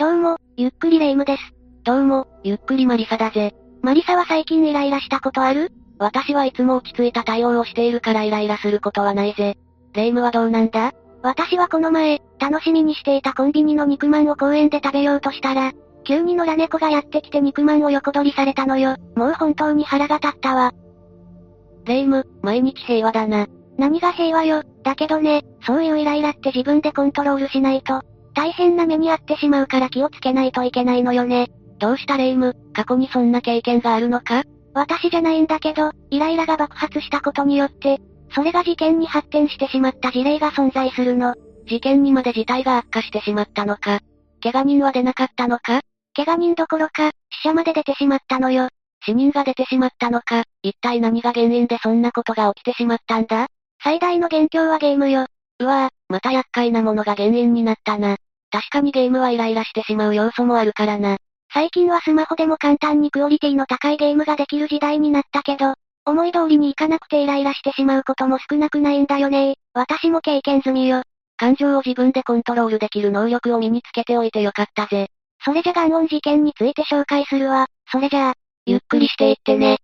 どうも、ゆっくりレ夢ムです。 どうも、ゆっくりマリサだぜ。 マリサは最近イライラしたことある？ 私はいつも落ち着いた対応をしているからイライラすることはないぜ。レ夢ムはどうなんだ？ 私はこの前、楽しみにしていたコンビニの肉まんを公園で食べようとしたら、急に野良猫がやってきて肉まんを横取りされたのよ。もう本当に腹が立ったわ。 レ夢ム、毎日平和だな。 何が平和よ。だけどね、そういうイライラって自分でコントロールしないと、大変な目に遭ってしまうから気をつけないといけないのよね。 どうしたレ夢ム、過去にそんな経験があるのか？ 私じゃないんだけど、イライラが爆発したことによって、それが事件に発展してしまった事例が存在するの。 事件にまで事態が悪化してしまったのか？怪我人は出なかったのか？ 怪我人どころか、死者まで出てしまったのよ。 死人が出てしまったのか？一体何が原因でそんなことが起きてしまったんだ？ 最大の元凶はゲームよ。 うわぁ、また厄介なものが原因になったな。確かにゲームはイライラしてしまう要素もあるからな。 最近はスマホでも簡単にクオリティの高いゲームができる時代になったけど、思い通りにいかなくてイライラしてしまうことも少なくないんだよね。私も経験済みよ。 感情を自分でコントロールできる能力を身につけておいてよかったぜ。 それじゃガンオン事件について紹介するわ。それじゃあ、 ゆっくりしていってね。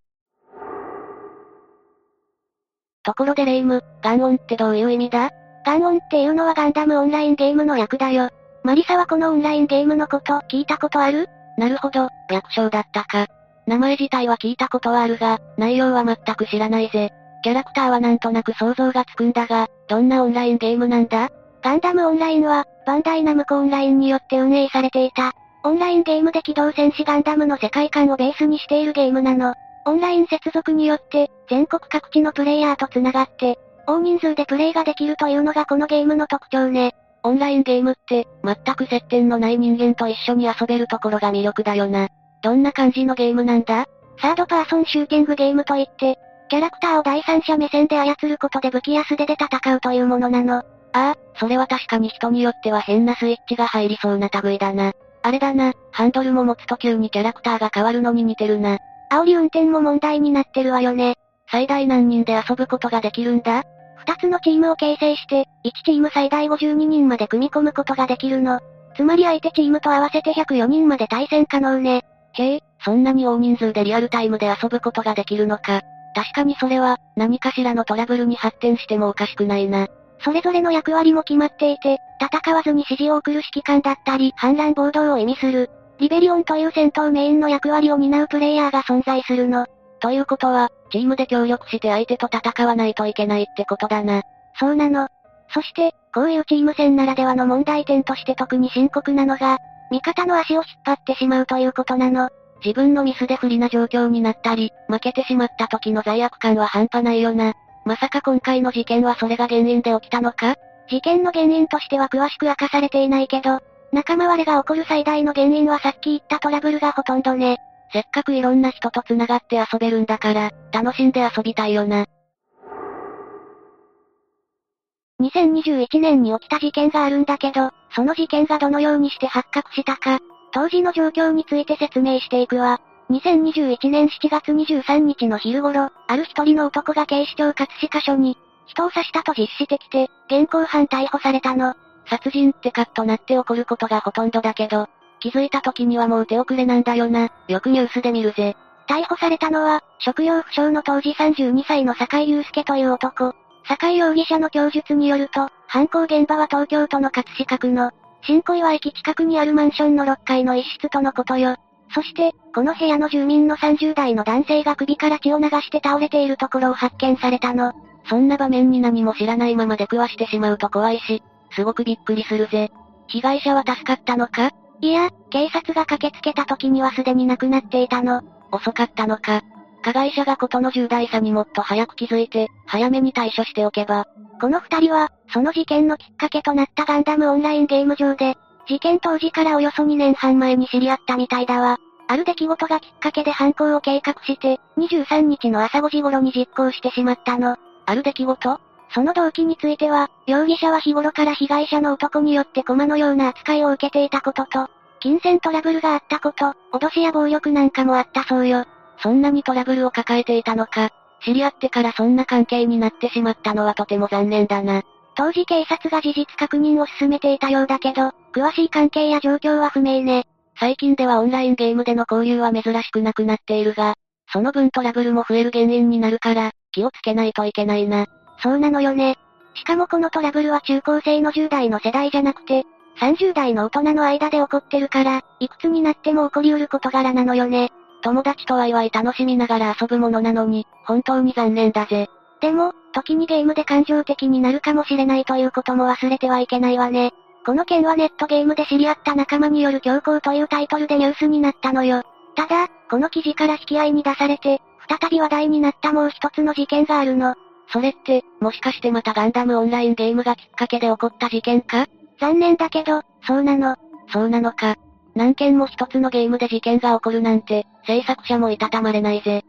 ところでレ夢ム、ガンオンってどういう意味だ？ ガンオンっていうのはガンダムオンラインゲームの略だよ。マリサはこのオンラインゲームのこと聞いたことある？ なるほど、略称だったか。名前自体は聞いたことはあるが、内容は全く知らないぜ。キャラクターはなんとなく想像がつくんだが、どんなオンラインゲームなんだ？ ガンダムオンラインは、バンダイナムコオンラインによって運営されていた、オンラインゲームで機動戦士ガンダムの世界観をベースにしているゲームなの。オンライン接続によって、全国各地のプレイヤーと繋がって、大人数でプレイができるというのがこのゲームの特徴ね。 オンラインゲームって、全く接点のない人間と一緒に遊べるところが魅力だよな。どんな感じのゲームなんだ？ サードパーソンシューティングゲームといって、キャラクターを第三者目線で操ることで武器や素手で戦うというものなの。 ああ、それは確かに人によっては変なスイッチが入りそうな類だな。あれだな、ハンドルも持つと急にキャラクターが変わるのに似てるな。 煽り運転も問題になってるわよね。 最大何人で遊ぶことができるんだ？ 2 つのチームを形成して、1チーム最大52人まで組み込むことができるの。つまり相手チームと合わせて104人まで対戦可能ね。 へえ、そんなに大人数でリアルタイムで遊ぶことができるのか。確かにそれは、何かしらのトラブルに発展してもおかしくないな。 それぞれの役割も決まっていて、戦わずに指示を送る指揮官だったり、反乱暴動を意味する、リベリオンという戦闘メインの役割を担うプレイヤーが存在するの。 ということは、チームで協力して相手と戦わないといけないってことだな。 そうなの。そして、こういうチーム戦ならではの問題点として特に深刻なのが、味方の足を引っ張ってしまうということなの。 自分のミスで不利な状況になったり、負けてしまった時の罪悪感は半端ないよな。まさか今回の事件はそれが原因で起きたのか？ 事件の原因としては詳しく明かされていないけど、仲間割れが起こる最大の原因はさっき言ったトラブルがほとんどね。 せっかくいろんな人と繋がって遊べるんだから、楽しんで遊びたいよな。 2021年に起きた事件があるんだけど、その事件がどのようにして発覚したか、当時の状況について説明していくわ。2021年7月23日の昼頃、ある一人の男が警視庁葛飾署に、人を刺したと実施してきて、現行犯逮捕されたの。 殺人ってカッとなって起こることがほとんどだけど、気づいた時にはもう手遅れなんだよな。よくニュースで見るぜ。 逮捕されたのは、職業不詳の当時32歳の坂井祐介という男。坂井容疑者の供述によると、犯行現場は東京都の葛飾区の、新小岩駅近くにあるマンションの6階の一室とのことよ。そして、この部屋の住民の30代の男性が首から血を流して倒れているところを発見されたの。 そんな場面に何も知らないまま出くわしてしまうと怖いし、すごくびっくりするぜ。被害者は助かったのか？ いや、警察が駆けつけた時にはすでに亡くなっていたの。 遅かったのか。加害者が事の重大さにもっと早く気づいて、早めに対処しておけば。 この二人は、その事件のきっかけとなったガンダムオンラインゲーム上で、事件当時からおよそ2年半前に知り合ったみたいだわ。ある出来事がきっかけで犯行を計画して、23日の朝5時頃に実行してしまったの。 ある出来事？ その動機については、容疑者は日頃から被害者の男によって駒のような扱いを受けていたことと、金銭トラブルがあったこと、脅しや暴力なんかもあったそうよ。 そんなにトラブルを抱えていたのか。知り合ってからそんな関係になってしまったのはとても残念だな。 当時警察が事実確認を進めていたようだけど、詳しい関係や状況は不明ね。 最近ではオンラインゲームでの交流は珍しくなくなっているが、その分トラブルも増える原因になるから、気をつけないといけないな。 そうなのよね。しかもこのトラブルは中高生の10代の世代じゃなくて、30代の大人の間で起こってるから、いくつになっても起こりうる事柄なのよね。 友達とワイワイ楽しみながら遊ぶものなのに、本当に残念だぜ。 でも、時にゲームで感情的になるかもしれないということも忘れてはいけないわね。この件はネットゲームで知り合った仲間による強行というタイトルでニュースになったのよ。ただ、この記事から引き合いに出されて、再び話題になったもう一つの事件があるの。 それって、もしかしてまたガンダムオンラインゲームがきっかけで起こった事件か？ 残念だけど、そうなの。 そうなのか。何件も一つのゲームで事件が起こるなんて、制作者もいたたまれないぜ。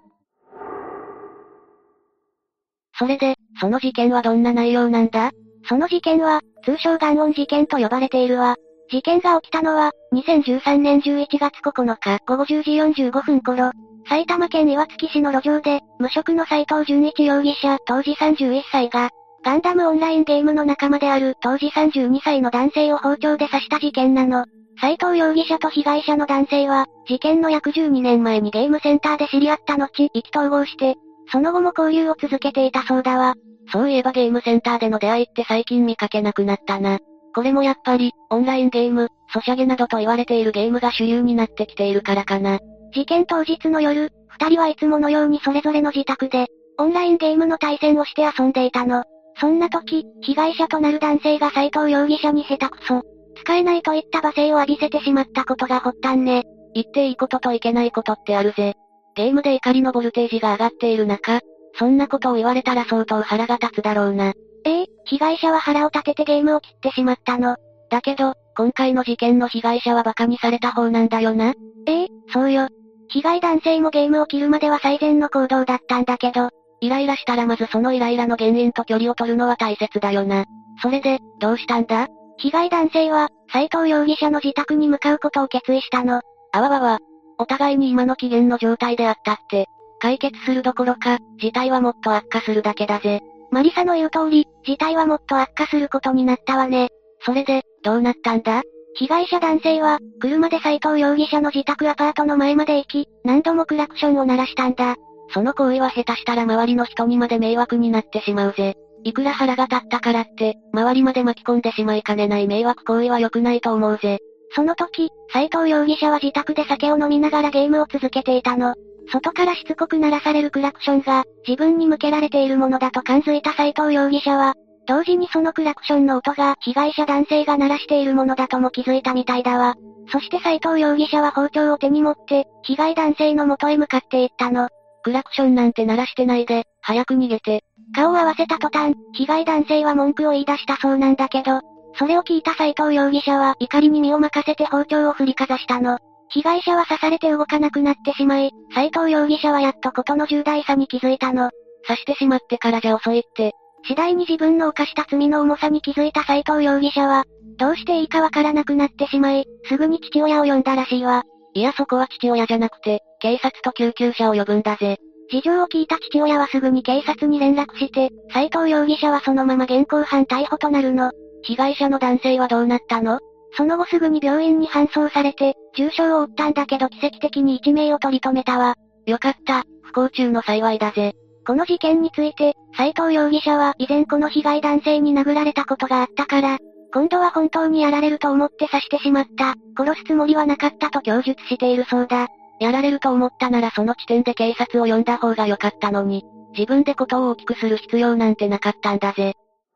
それで、その事件はどんな内容なんだ？ その事件は、通称ガンオン事件と呼ばれているわ。事件が起きたのは、2013年11月9日午後10時45分頃、埼玉県岩槻市の路上で、無職の斉藤純一容疑者当時31歳が、ガンダムオンラインゲームの仲間である当時32歳の男性を包丁で刺した事件なの。斉藤容疑者と被害者の男性は、事件の約12年前にゲームセンターで知り合った後、意気投合して、その後も交流を続けていたそうだわ。 そういえばゲームセンターでの出会いって最近見かけなくなったな。これもやっぱり、オンラインゲーム、ソシャゲなどと言われているゲームが主流になってきているからかな。 事件当日の夜、二人はいつものようにそれぞれの自宅で、オンラインゲームの対戦をして遊んでいたの。そんな時、被害者となる男性が斉藤容疑者に下手くそ、使えないといった罵声を浴びせてしまったことが発端ね。 言っていいことといけないことってあるぜ。ゲームで怒りのボルテージが上がっている中、そんなことを言われたら相当腹が立つだろうな。 被害者は腹を立ててゲームを切ってしまったの。 だけど、今回の事件の被害者は馬鹿にされた方なんだよな。 そうよ。被害男性もゲームを切るまでは最善の行動だったんだけど、 イライラしたらまずそのイライラの原因と距離を取るのは大切だよな。それで、どうしたんだ？ 被害男性は、斉藤容疑者の自宅に向かうことを決意したの。 あわわわ。お互いに今の機嫌の状態であったって、解決するどころか、事態はもっと悪化するだけだぜ。 マリサの言う通り、事態はもっと悪化することになったわね。 それで、どうなったんだ？ 被害者男性は、車で斉藤容疑者の自宅アパートの前まで行き、何度もクラクションを鳴らしたんだ。 その行為は下手したら周りの人にまで迷惑になってしまうぜ。いくら腹が立ったからって、周りまで巻き込んでしまいかねない迷惑行為は良くないと思うぜ。 その時、斉藤容疑者は自宅で酒を飲みながらゲームを続けていたの。外からしつこく鳴らされるクラクションが、自分に向けられているものだと感づいた斉藤容疑者は、同時にそのクラクションの音が被害者男性が鳴らしているものだとも気づいたみたいだわ。そして斉藤容疑者は包丁を手に持って、被害男性の元へ向かっていったの。 クラクションなんて鳴らしてないで、早く逃げて。 顔を合わせた途端、被害男性は文句を言い出したそうなんだけど、それを聞いた斉藤容疑者は怒りに身を任せて包丁を振りかざしたの。被害者は刺されて動かなくなってしまい、斉藤容疑者はやっと事の重大さに気づいたの。 刺してしまってからじゃ遅いって。 次第に自分の犯した罪の重さに気づいた斉藤容疑者は、どうしていいかわからなくなってしまい、すぐに父親を呼んだらしいわ。 いやそこは父親じゃなくて、警察と救急車を呼ぶんだぜ。 事情を聞いた父親はすぐに警察に連絡して、斉藤容疑者はそのまま現行犯逮捕となるの。 被害者の男性はどうなったの？ その後すぐに病院に搬送されて、重傷を負ったんだけど奇跡的に一命を取り留めたわ。 よかった、不幸中の幸いだぜ。 この事件について、斉藤容疑者は以前この被害男性に殴られたことがあったから、今度は本当にやられると思って刺してしまった、殺すつもりはなかったと供述しているそうだ。 やられると思ったならその時点で警察を呼んだ方が良かったのに、自分でことを大きくする必要なんてなかったんだぜ。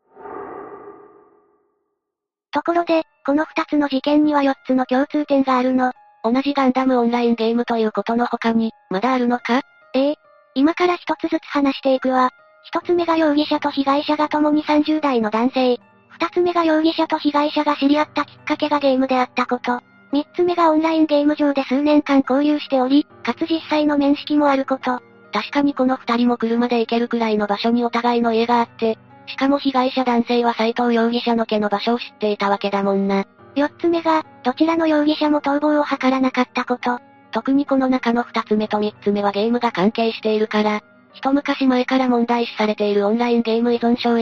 ところで、この2つの事件には4つの共通点があるの。 同じガンダムオンラインゲームということの他に、まだあるのか？ 今から1つずつ話していくわ。1つ目が容疑者と被害者が共に30代の男性。2つ目が容疑者と被害者が知り合ったきっかけがゲームであったこと。3つ目がオンラインゲーム上で数年間交流しており、かつ実際の面識もあること。 確かにこの2人も車で行けるくらいの場所にお互いの家があって、しかも被害者男性は斉藤容疑者の家の場所を知っていたわけだもんな。 4つ目が、どちらの容疑者も逃亡を図らなかったこと。 特にこの中の2つ目と3つ目はゲームが関係しているから、一昔前から問題視されているオンラインゲーム依存症や、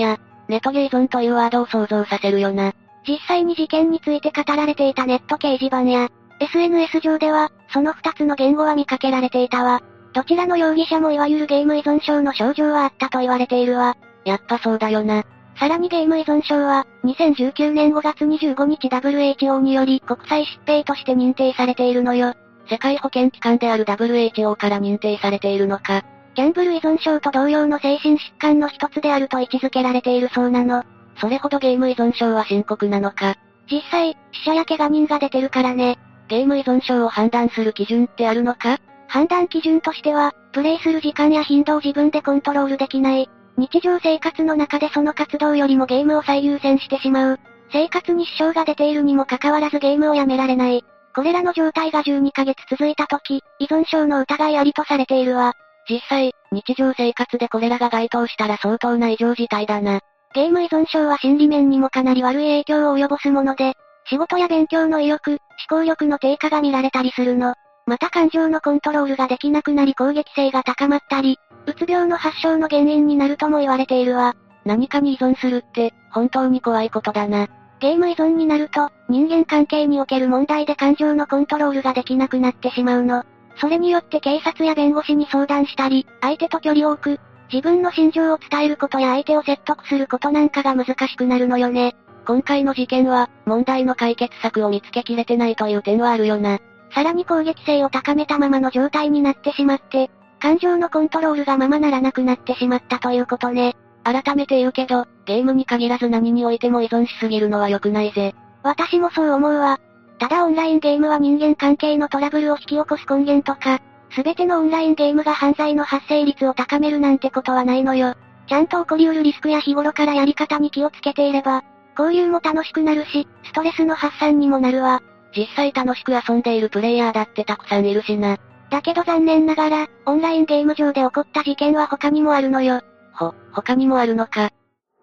ネトゲ依存というワードを想像させるよな。 実際に事件について語られていたネット掲示板や、SNS 上では、その2つの言語は見かけられていたわ。どちらの容疑者もいわゆるゲーム依存症の症状はあったと言われているわ。 やっぱそうだよな。 さらにゲーム依存症は、2019年5月25日 WHO により国際疾病として認定されているのよ。 世界保健機関である WHO から認定されているのか。 ギャンブル依存症と同様の精神疾患の一つであると位置づけられているそうなの。 それほどゲーム依存症は深刻なのか。 実際、死者や怪我人が出てるからね。 ゲーム依存症を判断する基準ってあるのか？ 判断基準としては、プレイする時間や頻度を自分でコントロールできない。日常生活の中でその活動よりもゲームを最優先してしまう。生活に支障が出ているにもかかわらずゲームをやめられない。これらの状態が12ヶ月続いた時、依存症の疑いありとされているわ。 実際、日常生活でこれらが該当したら相当な異常事態だな。 ゲーム依存症は心理面にもかなり悪い影響を及ぼすもので、仕事や勉強の意欲、思考力の低下が見られたりするの。また感情のコントロールができなくなり攻撃性が高まったり、うつ病の発症の原因になるとも言われているわ。 何かに依存するって、本当に怖いことだな。 ゲーム依存になると、人間関係における問題で感情のコントロールができなくなってしまうの。それによって警察や弁護士に相談したり、相手と距離を置く、自分の心情を伝えることや相手を説得することなんかが難しくなるのよね。 今回の事件は、問題の解決策を見つけきれてないという点はあるよな。 さらに攻撃性を高めたままの状態になってしまって、感情のコントロールがままならなくなってしまったということね。 改めて言うけど、ゲームに限らず何においても依存しすぎるのは良くないぜ。 私もそう思うわ。ただオンラインゲームは人間関係のトラブルを引き起こす根源とか、すべてのオンラインゲームが犯罪の発生率を高めるなんてことはないのよ。ちゃんと起こりうるリスクや日頃からやり方に気をつけていれば、交流も楽しくなるし、ストレスの発散にもなるわ。 実際楽しく遊んでいるプレイヤーだってたくさんいるしな。 だけど残念ながら、オンラインゲーム上で起こった事件は他にもあるのよ。 他にもあるのか。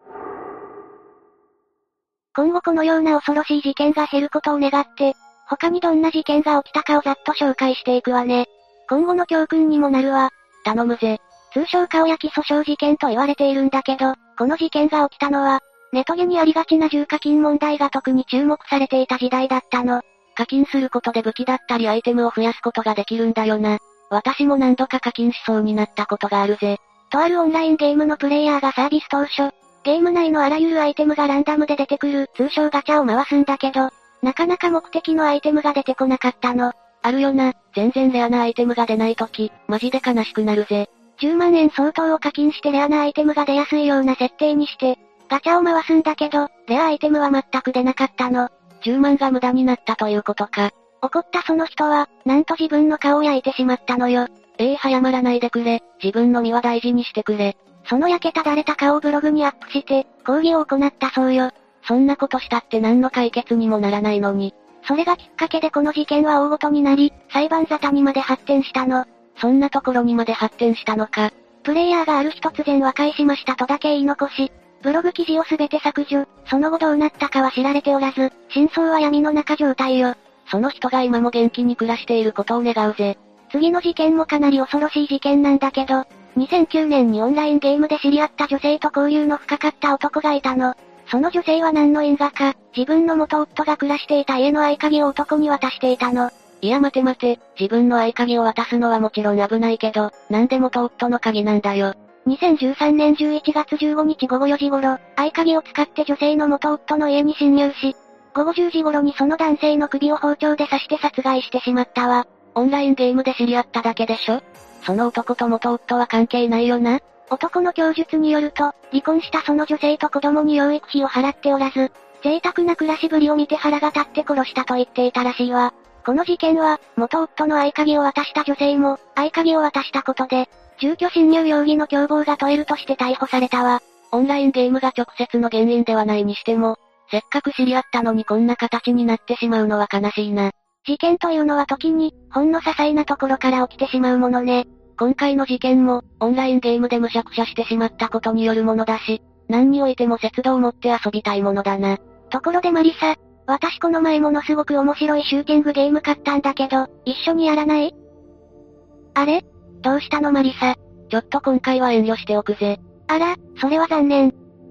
今後このような恐ろしい事件が減ることを願って、他にどんな事件が起きたかをざっと紹介していくわね。今後の教訓にもなるわ。 頼むぜ。 通称顔焼き訴訟事件と言われているんだけど、この事件が起きたのは、ネトゲにありがちな重課金問題が特に注目されていた時代だったの。 課金することで武器だったりアイテムを増やすことができるんだよな。私も何度か課金しそうになったことがあるぜ。 とあるオンラインゲームのプレイヤーがサービス当初、ゲーム内のあらゆるアイテムがランダムで出てくる通称ガチャを回すんだけど、なかなか目的のアイテムが出てこなかったの。 あるよな、全然レアなアイテムが出ないとき、マジで悲しくなるぜ。 10万円相当を課金してレアなアイテムが出やすいような設定にして、ガチャを回すんだけど、レアアイテムは全く出なかったの。 10万が無駄になったということか。 怒ったその人は、なんと自分の顔を焼いてしまったのよ。 早まらないでくれ、自分の身は大事にしてくれ。 その焼けただれた顔をブログにアップして、抗議を行ったそうよ。 そんなことしたって何の解決にもならないのに。 それがきっかけでこの事件は大ごとになり、裁判沙汰にまで発展したの。 そんなところにまで発展したのか。 プレイヤーがある日突然和解しましたとだけ言い残し、ブログ記事をすべて削除、その後どうなったかは知られておらず、真相は闇の中状態よ。 その人が今も元気に暮らしていることを願うぜ。 次の事件もかなり恐ろしい事件なんだけど、2009年にオンラインゲームで知り合った女性と交友の深かった男がいたの。その女性は何の因果か、自分の元夫が暮らしていた家の合鍵を男に渡していたの。 いや待て、自分の合鍵を渡すのはもちろん危ないけど、なんで元夫の鍵なんだよ。 2013年11月15日午後4時頃、合鍵を使って女性の元夫の家に侵入し、午後10時頃にその男性の首を包丁で刺して殺害してしまったわ。 オンラインゲームで知り合っただけでしょ？その男と元夫は関係ないよな？ 男の供述によると、離婚したその女性と子供に養育費を払っておらず、贅沢な暮らしぶりを見て腹が立って殺したと言っていたらしいわ。この事件は、元夫の合鍵を渡した女性も、合鍵を渡したことで、住居侵入容疑の共謀が問えるとして逮捕されたわ。 オンラインゲームが直接の原因ではないにしても、せっかく知り合ったのにこんな形になってしまうのは悲しいな。 事件というのは時に、ほんの些細なところから起きてしまうものね。 今回の事件も、オンラインゲームでむしゃくしゃしてしまったことによるものだし、何においても節度を持って遊びたいものだな。 ところでマリサ、私この前ものすごく面白いシューティングゲーム買ったんだけど、一緒にやらない？あれ？どうしたのマリサ？ ちょっと今回は遠慮しておくぜ。 あら、それは残念。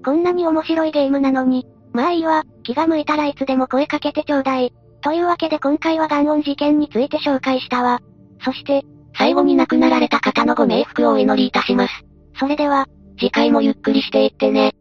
こんなに面白いゲームなのに。まあいいわ、気が向いたらいつでも声かけてちょうだい。というわけで今回はガンオン事件について紹介したわ。そして、 最後に亡くなられた方のご冥福をお祈りいたします。 それでは、 次回もゆっくりしていってね。